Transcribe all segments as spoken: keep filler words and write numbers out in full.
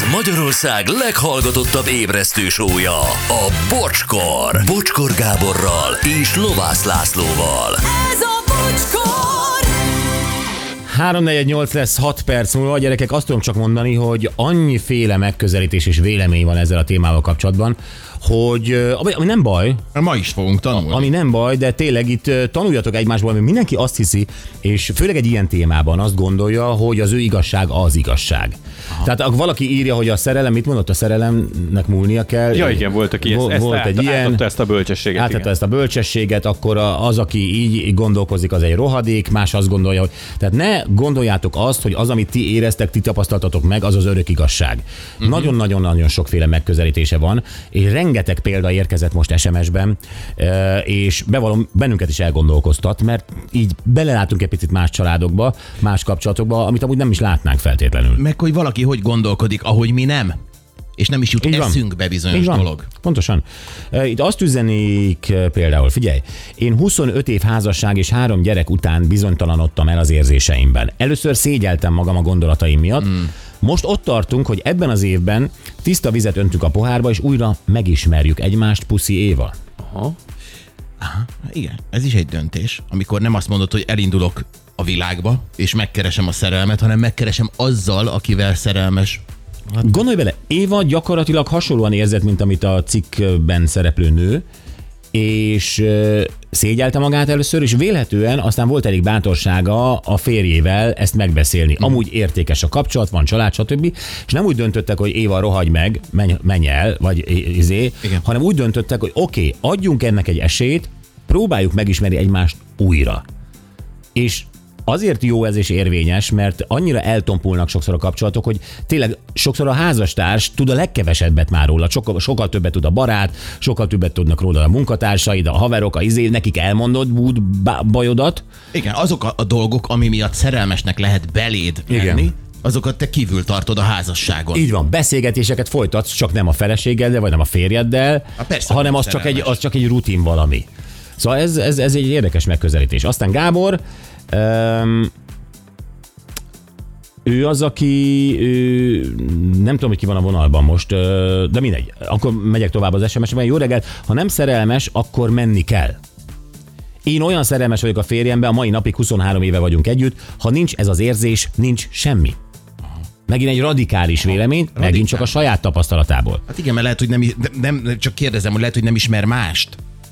Ez Magyarország leghallgatottabb ébresztő show-ja, a Bocskor. Bocskor Gáborral és Lovász Lászlóval. Ez a Bocskor! három negyven nyolc lesz hat perc múlva. Gyerekek, azt tudom csak mondani, hogy annyiféle megközelítés és vélemény van ezzel a témával kapcsolatban, hogy ami, ami nem baj. Ma is fogunk tanulni. Ami nem baj, de tényleg itt tanuljatok egymásból, mert mindenki azt hiszi, és főleg egy ilyen témában azt gondolja, hogy az ő igazság az igazság. Aha. Tehát akkor valaki írja, hogy a szerelem, mit mondott, a szerelemnek múlnia kell. Ja, igen, volt, aki ezt, ezt, volt át, egy ilyen, ezt a bölcsességet. Átadta ezt a bölcsességet, akkor az, aki így gondolkozik, az egy rohadék, más azt gondolja, hogy... Tehát ne gondoljátok azt, hogy az, amit ti éreztek, ti tapasztaltatok meg, az az örök igazság. Uh-huh. Nagyon-nagyon-nagyon sokféle megközelítése van, és rengeteg példa érkezett most es em es-ben, és bevallom, bennünket is elgondolkoztat, mert így belelátunk egy picit más családokba, más kapcsolatokba, amit amúgy nem is látnánk feltétlenül. Meg hogy valaki hogy gondolkodik, ahogy mi nem. És nem is jut így eszünkbe bizonyos dolog. Pontosan. Itt azt üzenik például, figyelj, én huszonöt év házasság és három gyerek után bizonytalanodtam el az érzéseimben. Először szégyeltem magam a gondolataim miatt, mm. Most ott tartunk, hogy ebben az évben tiszta vizet öntünk a pohárba, és újra megismerjük egymást, puszi Éva. Aha. Aha, igen, ez is egy döntés, amikor nem azt mondod, hogy elindulok a világba, és megkeresem a szerelmet, hanem megkeresem azzal, akivel szerelmes. Hát... Gondolj bele, Éva gyakorlatilag hasonlóan érzett, mint amit a cikkben szereplő nő, és szégyelte magát először, és vélhetően aztán volt elég bátorsága a férjével ezt megbeszélni. Mm. Amúgy értékes a kapcsolat, van család, stb. És nem úgy döntöttek, hogy Éva, rohagy meg, menj, menj el, vagy izé, igen. Hanem úgy döntöttek, hogy oké, okay, adjunk ennek egy esélyt, próbáljuk megismerni egymást újra. És azért jó ez és érvényes, mert annyira eltompulnak sokszor a kapcsolatok, hogy tényleg sokszor a házastárs tud a legkevesebbet már róla, sokkal, sokkal többet tud a barát, sokkal többet tudnak róla a munkatársaid, a haverok, a izé, nekik elmondod búd bajodat. Igen, azok a, a dolgok, ami miatt szerelmesnek lehet beléd menni, azokat te kívül tartod a házasságon. Így van, beszélgetéseket folytatsz, csak nem a feleségeddel, vagy nem a férjeddel, persze, hanem az csak, egy, az csak egy rutin valami. Szóval ez, ez, ez egy érdekes megközelítés. Aztán Gábor, Um, ő az, aki ő, nem tudom, hogy ki van a vonalban most, de mindegy, akkor megyek tovább az es em es-ben. Jó reggelt, ha nem szerelmes, akkor menni kell. Én olyan szerelmes vagyok a férjembe, a mai napig huszonhárom éve vagyunk együtt, ha nincs ez az érzés, nincs semmi. Megint egy radikális vélemény, Radikál. Megint csak a saját tapasztalatából. Hát igen, mert lehet, hogy nem, nem, csak kérdezem, hogy lehet, hogy nem ismer mást,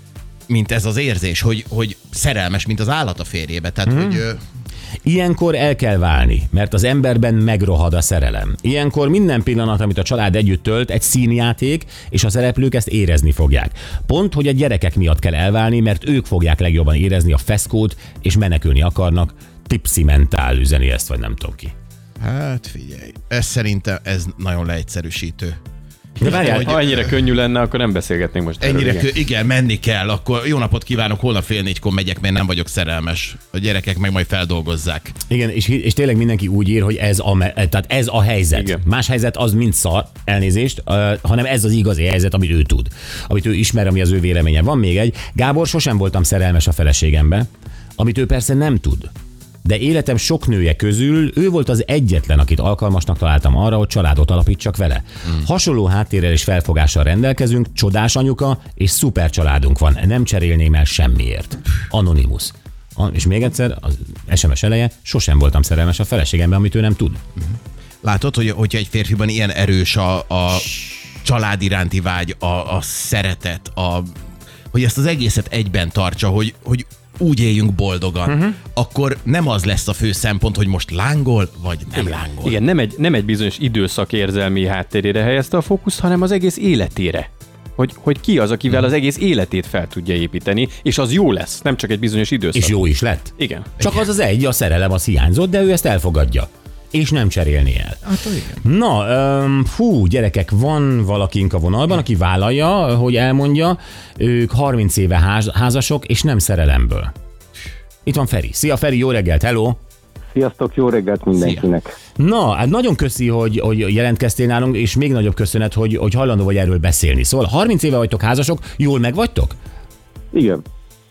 mint ez az érzés, hogy, hogy szerelmes, mint az állat a férjébe. Tehát, hmm. hogy... Ilyenkor el kell válni, mert az emberben megrohad a szerelem. Ilyenkor minden pillanat, amit a család együtt tölt, egy színjáték, és a szereplők ezt érezni fogják. Pont, hogy a gyerekek miatt kell elválni, mert ők fogják legjobban érezni a feszkót, és menekülni akarnak. Tipsy mentál üzeni ezt, vagy nem tudom ki. Hát figyelj, ez szerintem ez nagyon leegyszerűsítő. De várjál, hogy ha ennyire könnyű lenne, akkor nem beszélgetnénk most erről. Ennyire igen. Kö- igen, menni kell, akkor jó napot kívánok, holnap fél négykor megyek, mert nem vagyok szerelmes. A gyerekek meg majd feldolgozzák. Igen, és, és tényleg mindenki úgy ír, hogy ez a, tehát ez a helyzet. Igen. Más helyzet az mind szar, elnézést, uh, hanem ez az igazi helyzet, amit ő tud. Amit ő ismer, ami az ő véleménye. Van még egy. Gábor, sosem voltam szerelmes a feleségembe, amit ő persze nem tud. De életem sok nője közül ő volt az egyetlen, akit alkalmasnak találtam arra, hogy családot alapítsak vele. Mm. Hasonló háttérrel és felfogással rendelkezünk, csodás anyuka és szuper családunk van. Nem cserélném el semmiért. Anonymous. És még egyszer, az es em es eleje, sosem voltam szerelmes a feleségemben, amit ő nem tud. Látod, hogy, hogyha egy férfiban ilyen erős a, a család iránti vágy, a, a szeretet, a, hogy ezt az egészet egyben tartsa, hogy, hogy úgy éljünk boldogan, uh-huh. akkor nem az lesz a fő szempont, hogy most lángol, vagy nem igen. lángol. Igen, nem egy, nem egy bizonyos időszak érzelmi háttérére helyezte a fókusz, hanem az egész életére. Hogy, hogy ki az, akivel az egész életét fel tudja építeni, és az jó lesz, nem csak egy bizonyos időszak. És jó is lett. Igen. Csak igen. az az egy, a szerelem az hiányzott, de ő ezt elfogadja. És nem cserélni el. Hát, igen. Na, um, fú, gyerekek, van valakink a vonalban, aki vállalja, hogy elmondja, ők harminc éve ház, házasok, és nem szerelemből. Itt van Feri. Szia Feri, jó reggelt, hello! Sziasztok, jó reggelt mindenkinek! Szia. Na, hát nagyon köszi, hogy, hogy jelentkeztél nálunk, és még nagyobb köszönet, hogy, hogy hajlandó vagy erről beszélni. Szóval harminc éve vagytok házasok, jól megvagytok? Igen.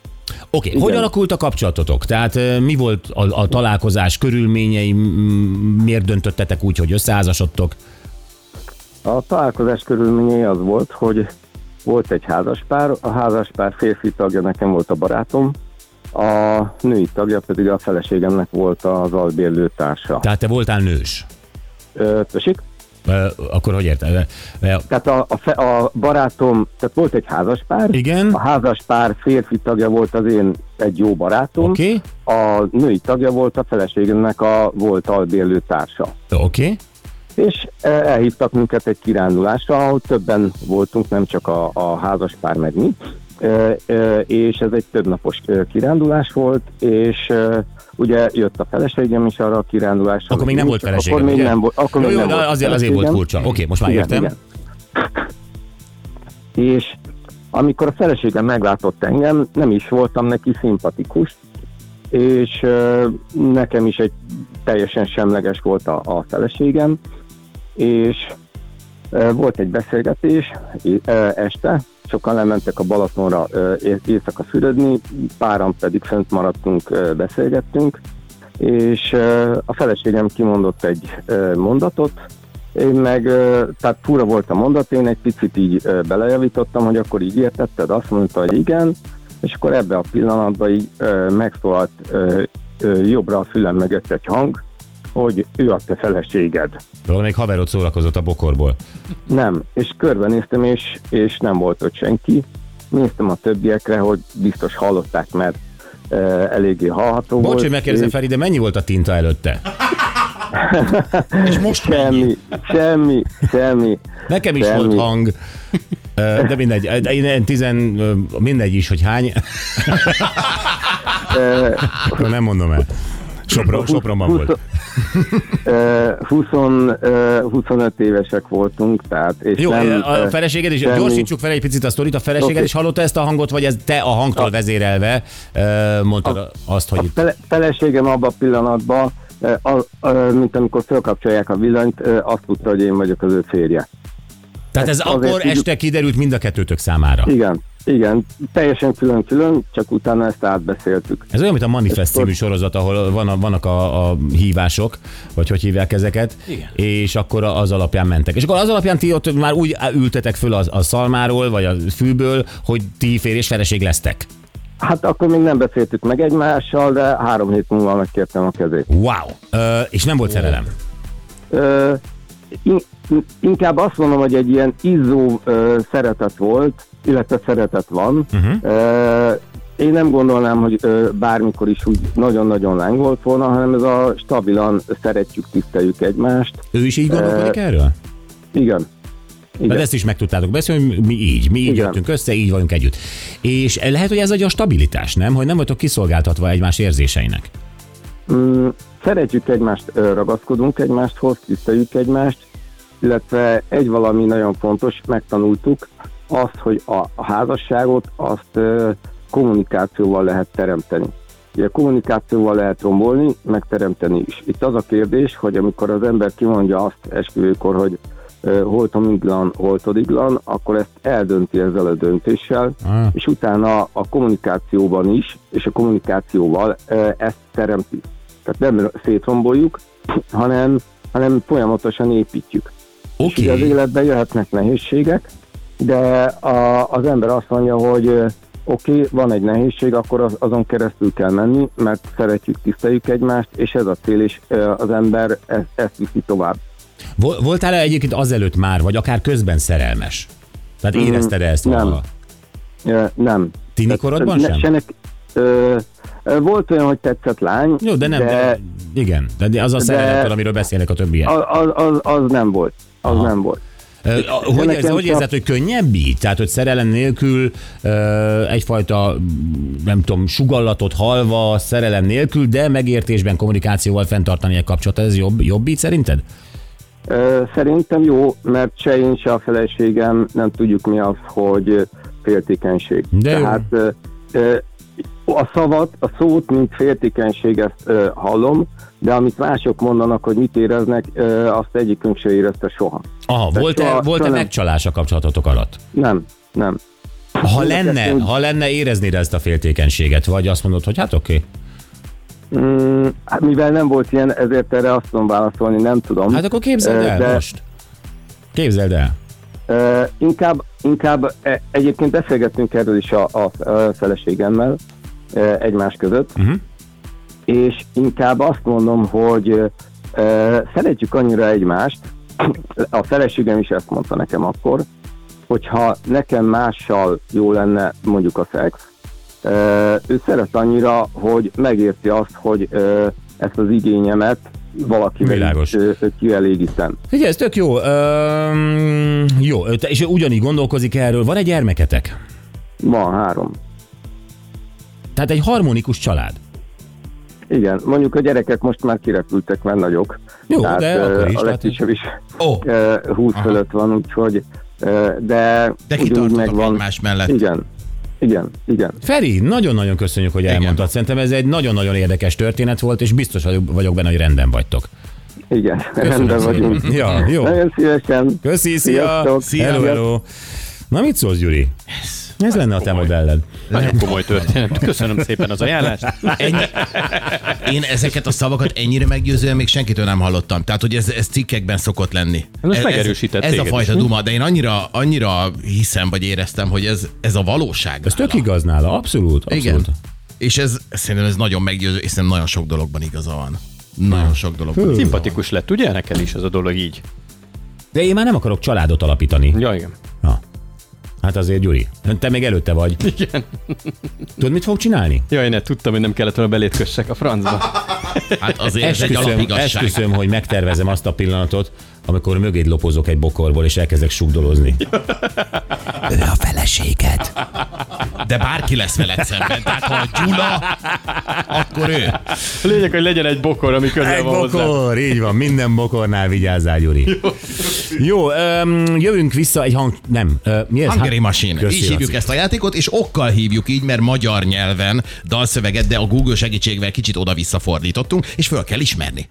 Oké, okay. Hogy alakult a kapcsolatotok? Tehát mi volt a, a találkozás körülményei, miért döntöttetek úgy, hogy összeházasodtok? A találkozás körülményei az volt, hogy volt egy házaspár, a házaspár férfi tagja nekem volt a barátom, a női tagja pedig a feleségemnek volt az albérlő társa. Tehát te voltál nős. Ö, Tessék? Ö, akkor hogy érted? Tehát a, a, fe, a barátom, tehát volt egy házaspár, Igen. A házaspár férfi tagja volt az én egy jó barátom, Oké. A női tagja volt a feleségemnek a volt albérlő társa. Oké. És elhívtak minket egy kirándulásra, ahol többen voltunk, nem csak a, a házaspár meg mi, és ez egy többnapos kirándulás volt, és ugye jött a feleségem is arra a kirándulásra. Akkor még nem volt feleségem, Akkor még ugye? nem volt. Akkor Jó, még jó, nem de volt azért, azért volt furcsa. Oké, most már Igen, értem. igen. És amikor a feleségem meglátott engem, nem is voltam neki szimpatikus, és nekem is egy teljesen semleges volt a, a feleségem, és volt egy beszélgetés este, sokan lementek a Balatonra éjszaka fürödni, páran pedig fönt maradtunk, beszélgettünk, és a feleségem kimondott egy mondatot, én meg, tehát fura volt a mondat, én egy picit így belejavítottam, hogy akkor így értetted, azt mondta, hogy igen, és akkor ebbe a pillanatban így megszólalt jobbra a fülem mögött egy hang, hogy ő a te feleséged. Valamelyik haverod szórakozott a bokorból. Nem, és körbenéztem, és, és nem volt ott senki. Néztem a többiekre, hogy biztos hallották, mert e, eléggé hallható Bocs, volt. hogy megkérdezem, Feri, de mennyi volt a tinta előtte? És most Semmi, semmi, semmi. Nekem is semmi. volt hang, Ö, de mindegy, én tizen, mindegy is, hogy hány. Akkor nem mondom el. Sopron, Sopronban volt. huszonöt évesek voltunk, tehát... És Jó, nem, a feleséged is, semmi. gyorsítsuk fel egy picit a sztorit, a feleséged Okay. is hallotta ezt a hangot, vagy ez te a hangtól vezérelve mondtad a, azt, hogy... A fele, feleségem abban a pillanatban, a, a, mint amikor felkapcsolják a villanyt, azt tudta, hogy én vagyok az ő férje. Tehát ez ezt akkor azért este kiderült mind a kettőtök számára. Igen, igen, teljesen külön-külön, csak utána ezt átbeszéltük. Ez olyan, mint a Manifest Ez című sorozat, ahol van, vannak a, a hívások, vagy hogy hívják ezeket, Igen. és akkor az alapján mentek. És akkor az alapján ti ott már úgy ültetek föl a, a szalmáról, vagy a fűből, hogy ti férj és feleség lesztek. Hát akkor még nem beszéltük meg egymással, de három hét múlva megkértem a kezét. Wow! Ö, és nem volt szerelem. Ö, in, inkább azt mondom, hogy egy ilyen izzó ö, szeretet volt, illetve szeretet van. Uh-huh. Ö, én nem gondolnám, hogy ö, bármikor is úgy nagyon-nagyon láng volt volna, hanem ez a stabilan szeretjük, tiszteljük egymást. Ő is így gondolkodik Ö, erről? Igen. Mert Igen. ezt is meg tudtátok beszélni, hogy mi így, mi így Igen. jöttünk össze, így vagyunk együtt. És lehet, hogy ez adja a stabilitás, nem? Hogy nem vagytok kiszolgáltatva egymás érzéseinek. Mm, szeretjük egymást, ö, ragaszkodunk egymáshoz, tiszteljük egymást, illetve egy valami nagyon fontos, megtanultuk azt, hogy a, a házasságot azt ö, kommunikációval lehet teremteni. Ugye kommunikációval lehet rombolni, meg teremteni is. Itt az a kérdés, hogy amikor az ember kimondja azt esküvőkor, hogy uh, holtom iglan, holtod iglan, akkor ezt eldönti ezzel a döntéssel, Ah. és utána a kommunikációban is, és a kommunikációval uh, ezt teremti. Tehát nem szétromboljuk, hanem, hanem folyamatosan építjük. Oké. És ugye az életben jöhetnek nehézségek, de a, az ember azt mondja, hogy uh, oké, okay, van egy nehézség, akkor az, azon keresztül kell menni, mert szeretjük, tiszteljük egymást, és ez a cél, és uh, az ember ezt, ezt viszi tovább. Vol- Voltál-e egyébként azelőtt már, vagy akár közben szerelmes? Tehát érezted ezt nem. valaha? Uh, nem. Tini Tehát, korodban ne- sem? se nek- uh, uh, volt olyan, hogy tetszett lány, Jó, de nem, de, de igen, de az a de- szerelemtől, amiről beszélnek a többiek. az, az, az, az nem volt. Az Aha. nem volt. Ö, a- Hogy, nekem érzed, hogy csak- érzed, hogy könnyebb így? Tehát, hogy szerelem nélkül ö, egyfajta, nem tudom, sugallatot halva, szerelem nélkül, de megértésben, kommunikációval fenntartani egy kapcsolatot, ez jobb, jobb így szerinted? Ö, Szerintem jó, mert se én, se a feleségem nem tudjuk mi az, hogy féltékenység. De jó. Tehát ö, ö, a szavat, a szót, mint féltékenység, ezt ö, hallom, de amit mások mondanak, hogy mit éreznek, ö, azt egyikünk se érezte soha. Aha, De volt-e, soha- volt-e soha nem. megcsalás a kapcsolatotok alatt? Nem, nem. Ha Mind a lenne, kettőnk- ha lenne, éreznéd ezt a féltékenységet, vagy azt mondod, hogy hát oké. Mm, hát mivel nem volt ilyen, ezért erre azt tudom válaszolni, nem tudom. Hát akkor képzeld Ö, el de, most. Képzeld el. Uh, inkább, inkább e, egyébként beszélgettünk erről is a, a, a feleségemmel uh, egymás között, uh-huh. és inkább azt mondom, hogy uh, szeretjük annyira egymást, a feleségem is ezt mondta nekem akkor, hogyha nekem mással jó lenne mondjuk a szex, uh, ő szeret annyira, hogy megérti azt, hogy uh, ezt az igényemet valakivel is kielégítem. Figyelj, ez tök jó. Üm, jó, és ugyanígy gondolkozik erről. Van egy gyermeketek? Van, három. Tehát egy harmonikus család. Igen, mondjuk a gyerekek most már kirepültek, mert nagyok. Jó, tehát, de akkor is. A legkisebb is oh. húsz fölött van, úgyhogy de, de kitartotok egymás mellett. Igen. Igen, igen. Feri, nagyon-nagyon köszönjük, hogy elmondtad. Igen. Szerintem ez egy nagyon-nagyon érdekes történet volt, és biztos vagyok benne, hogy rendben vagytok. Igen, rendben vagyunk. Ja, jó. Nagyon szívesen. Köszi, szia. Szia. Hello, hello. Na mit szólsz, Gyuri? Yes. Ez lenne a te modelled. Nagyon komoly történet. Köszönöm szépen az ajánlást. Ennyi. Én ezeket a szavakat ennyire meggyőzően még senkitől nem hallottam. Tehát, hogy ez, ez cikkekben szokott lenni. Most megerősített Ez, ez a fajta is. Duma, de én annyira, annyira hiszem, vagy éreztem, hogy ez, ez a valóság. Ez tök igaz nála, abszolút. abszolút. Igen. És ez szerintem ez nagyon meggyőző, és szerintem nagyon sok dologban igaza van. Nagyon sok dologban. Szimpatikus lett, ugye? Neked is ez a dolog így. De én már nem akarok családot alapítani. Ja, igen. Ha. Hát azért, Gyuri, te még előtte vagy. Igen. Tudod, mit fog csinálni? Jaj, ne, tudtam, hogy nem kellett volna belét kössek a francba. Hát azért ez egy alapigazság. Esküszöm, hogy megtervezem azt a pillanatot, amikor mögéd lopozok egy bokorból, és elkezdek sugdolozni. Ő a feleséged. De bárki lesz veled szemben, tehát ha a Gyula, akkor ő. A lényeg, hogy legyen egy bokor, ami közel egy van hozzá. Egy bokor, így van, minden bokornál vigyázzál, Gyuri. Jó, Jó um, jövünk vissza egy hang... Nem, uh, mi ez? Hungary Machine. Köszi, így hívjuk ezt a játékot, és okkal hívjuk így, mert magyar nyelven dalszöveget, de a Google segítségével kicsit oda-vissza fordítottunk, és föl kell ismerni.